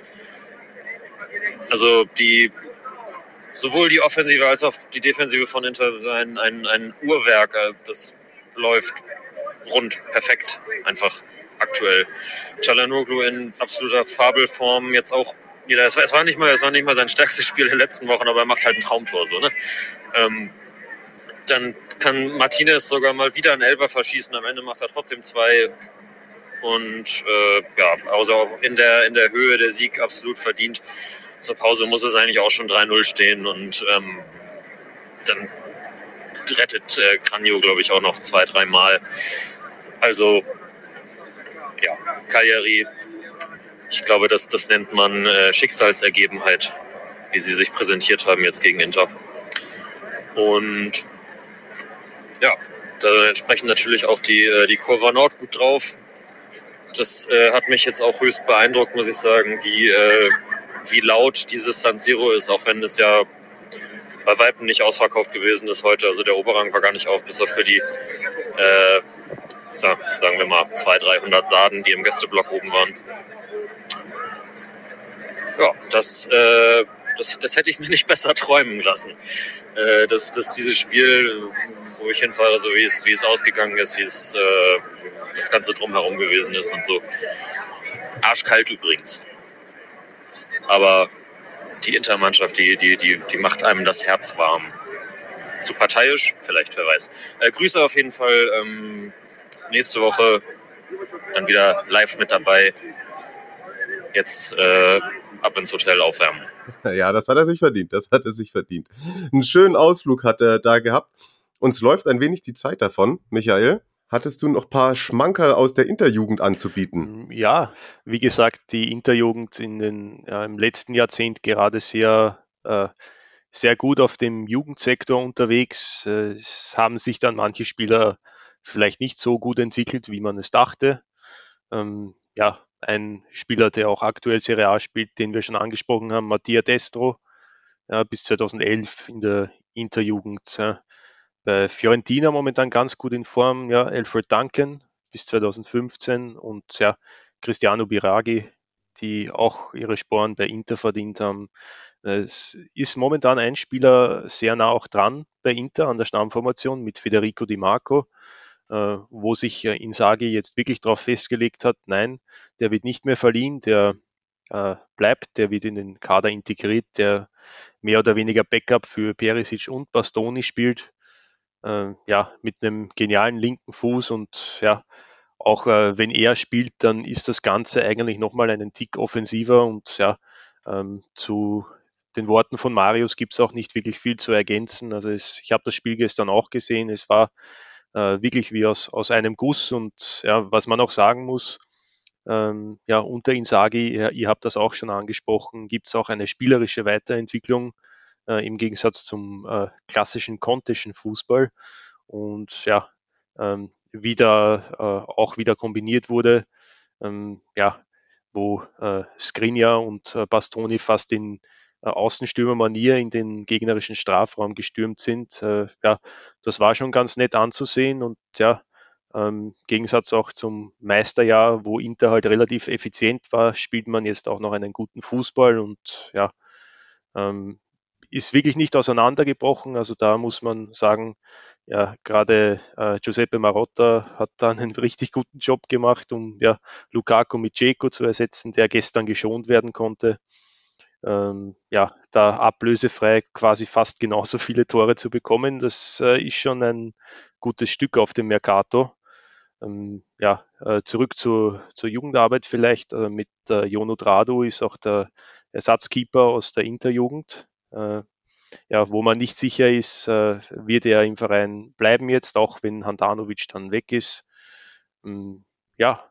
Also sowohl die Offensive als auch die Defensive von Inter ein Uhrwerk. Das läuft rund perfekt einfach aktuell. Çalhanoğlu in absoluter Fabelform, jetzt auch wieder. Es war nicht mal sein stärkstes Spiel der letzten Wochen, aber er macht halt ein Traumtor so, ne? Dann kann Martinez sogar mal wieder einen Elfer verschießen. Am Ende macht er trotzdem 2. Und also in der Höhe der Sieg absolut verdient. Zur Pause muss es eigentlich auch schon 3-0 stehen, und dann rettet Cranio, glaube ich, auch noch 2-3 Mal. Also ja, Cagliari, ich glaube, das nennt man Schicksalsergebenheit, wie sie sich präsentiert haben jetzt gegen Inter. Und ja, da entsprechen natürlich auch die Curva Nord gut drauf. Das hat mich jetzt auch höchst beeindruckt, muss ich sagen, wie laut dieses San Siro ist, auch wenn es ja bei Weitem nicht ausverkauft gewesen ist heute. Also der Oberrang war gar nicht auf, bis auf für die, sagen wir mal, 200-300 Sarden, die im Gästeblock oben waren. Ja, das hätte ich mir nicht besser träumen lassen. Dass dieses Spiel, wo ich hinfahre, so wie es ausgegangen ist, wie es das Ganze drumherum gewesen ist und so. Arschkalt übrigens. Aber die Intermannschaft, die macht einem das Herz warm. Zu parteiisch? Vielleicht, wer weiß. Grüße auf jeden Fall. Nächste Woche dann wieder live mit dabei. Jetzt ab ins Hotel aufwärmen. Ja, das hat er sich verdient. Einen schönen Ausflug hat er da gehabt. Uns läuft ein wenig die Zeit davon. Michael, hattest du noch ein paar Schmankerl aus der Interjugend anzubieten? Ja, wie gesagt, die Interjugend im letzten Jahrzehnt gerade sehr gut auf dem Jugendsektor unterwegs. Es haben sich dann manche Spieler vielleicht nicht so gut entwickelt, wie man es dachte. Ein Spieler, der auch aktuell Serie A spielt, den wir schon angesprochen haben, Mattia Destro, bis 2011 in der Interjugend. Bei Fiorentina momentan ganz gut in Form, Alfred Duncan bis 2015 und Cristiano Biraghi, die auch ihre Sporen bei Inter verdient haben. Es ist momentan ein Spieler sehr nah auch dran bei Inter an der Stammformation mit Federico Di Marco, wo sich Inzaghi jetzt wirklich darauf festgelegt hat, nein, der wird nicht mehr verliehen, der bleibt, der wird in den Kader integriert, der mehr oder weniger Backup für Perisic und Bastoni spielt, mit einem genialen linken Fuß, und auch wenn er spielt, dann ist das Ganze eigentlich nochmal einen Tick offensiver, und zu den Worten von Marius gibt es auch nicht wirklich viel zu ergänzen. Also ich habe das Spiel gestern auch gesehen, es war wirklich wie aus einem Guss, und was man auch sagen muss, unter Inzaghi, ihr habt das auch schon angesprochen, gibt es auch eine spielerische Weiterentwicklung im Gegensatz zum klassischen kontischen Fußball, und wieder kombiniert wurde, wo Skriniar und Bastoni fast in Außenstürmermanier in den gegnerischen Strafraum gestürmt sind. Das war schon ganz nett anzusehen, und im Gegensatz auch zum Meisterjahr, wo Inter halt relativ effizient war, spielt man jetzt auch noch einen guten Fußball, und ist wirklich nicht auseinandergebrochen. Also da muss man sagen, ja, gerade Giuseppe Marotta hat da einen richtig guten Job gemacht, um ja, Lukaku mit Dzeko zu ersetzen, der gestern geschont werden konnte. Ja, da ablösefrei quasi fast genauso viele Tore zu bekommen, das ist schon ein gutes Stück auf dem Mercato. Ja, zurück zur Jugendarbeit vielleicht. Mit Jono Dradu ist auch der Ersatzkeeper aus der Interjugend. Ja, wo man nicht sicher ist, wird er im Verein bleiben jetzt, auch wenn Handanovic dann weg ist. Ja,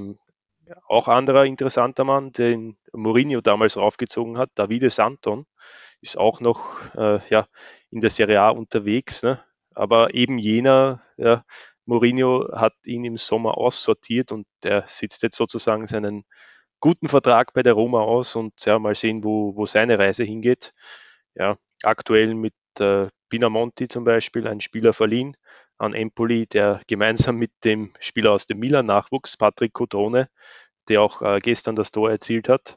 auch anderer interessanter Mann, den Mourinho damals raufgezogen hat, Davide Santon, ist auch noch ja, in der Serie A unterwegs, ne? Aber eben jener, ja, Mourinho hat ihn im Sommer aussortiert und der sitzt jetzt sozusagen seinen guten Vertrag bei der Roma aus und ja, mal sehen, wo seine Reise hingeht. Ja, aktuell mit Pinamonti zum Beispiel, ein Spieler verliehen an Empoli, der gemeinsam mit dem Spieler aus dem Milan-Nachwuchs, Patrick Cotrone, der auch gestern das Tor erzielt hat,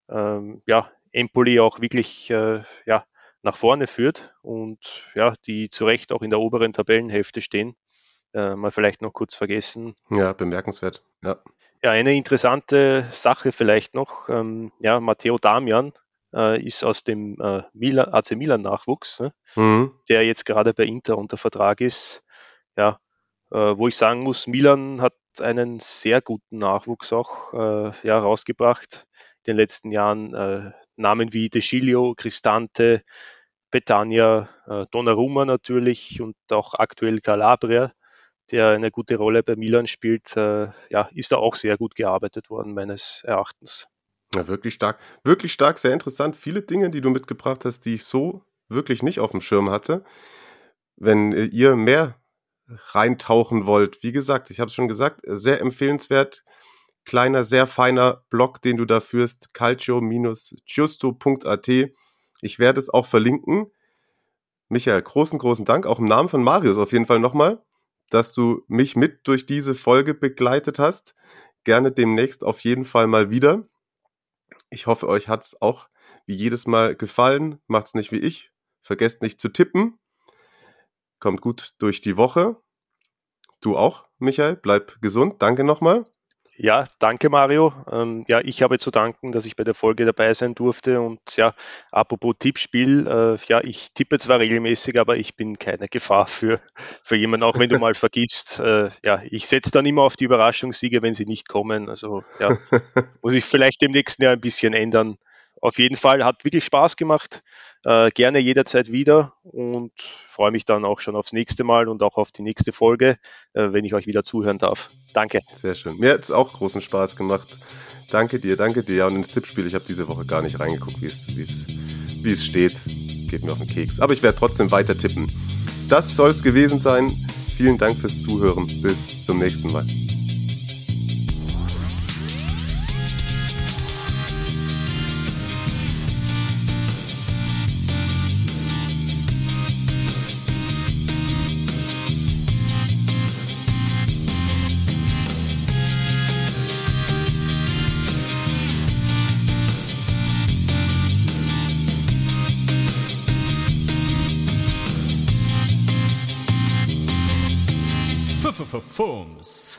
ja, Empoli auch wirklich ja, nach vorne führt und ja, die zu Recht auch in der oberen Tabellenhälfte stehen. Mal vielleicht noch kurz vergessen. Ja, bemerkenswert. Ja, ja, eine interessante Sache vielleicht noch. Ja, Matteo Damian ist aus dem AC Milan Nachwuchs, ne? Der jetzt gerade bei Inter unter Vertrag ist. Ja, wo ich sagen muss, Milan hat einen sehr guten Nachwuchs auch ja, rausgebracht in den letzten Jahren. Namen wie De Sciglio, Cristante, Petagna, Donnarumma natürlich und auch aktuell Calabria, der eine gute Rolle bei Milan spielt, ja, ist da auch sehr gut gearbeitet worden, meines Erachtens. Ja, wirklich stark, sehr interessant. Viele Dinge, die du mitgebracht hast, die ich so wirklich nicht auf dem Schirm hatte. Wenn ihr mehr reintauchen wollt, wie gesagt, ich habe es schon gesagt, sehr empfehlenswert, kleiner, sehr feiner Blog, den du da führst, calcio-giusto.at. Ich werde es auch verlinken. Michael, großen Dank, auch im Namen von Marius auf jeden Fall nochmal, dass du mich mit durch diese Folge begleitet hast. Gerne demnächst auf jeden Fall mal wieder. Ich hoffe, euch hat es auch wie jedes Mal gefallen. Macht's nicht wie ich. Vergesst nicht zu tippen. Kommt gut durch die Woche. Du auch, Michael. Bleib gesund. Danke nochmal. Ja, danke Mario. Ja, ich habe zu danken, dass ich bei der Folge dabei sein durfte und ja, apropos Tippspiel, ja, ich tippe zwar regelmäßig, aber ich bin keine Gefahr für jemanden, auch wenn du mal vergisst. Ja, ich setze dann immer auf die Überraschungssiege, wenn sie nicht kommen. Also ja, muss ich vielleicht im nächsten Jahr ein bisschen ändern. Auf jeden Fall hat wirklich Spaß gemacht. Gerne jederzeit wieder und freue mich dann auch schon aufs nächste Mal und auch auf die nächste Folge, wenn ich euch wieder zuhören darf. Danke. Sehr schön. Mir hat es auch großen Spaß gemacht. Danke dir. Ja, und ins Tippspiel, ich habe diese Woche gar nicht reingeguckt, wie es steht. Geht mir auf den Keks. Aber ich werde trotzdem weiter tippen. Das soll es gewesen sein. Vielen Dank fürs Zuhören. Bis zum nächsten Mal. FUMS.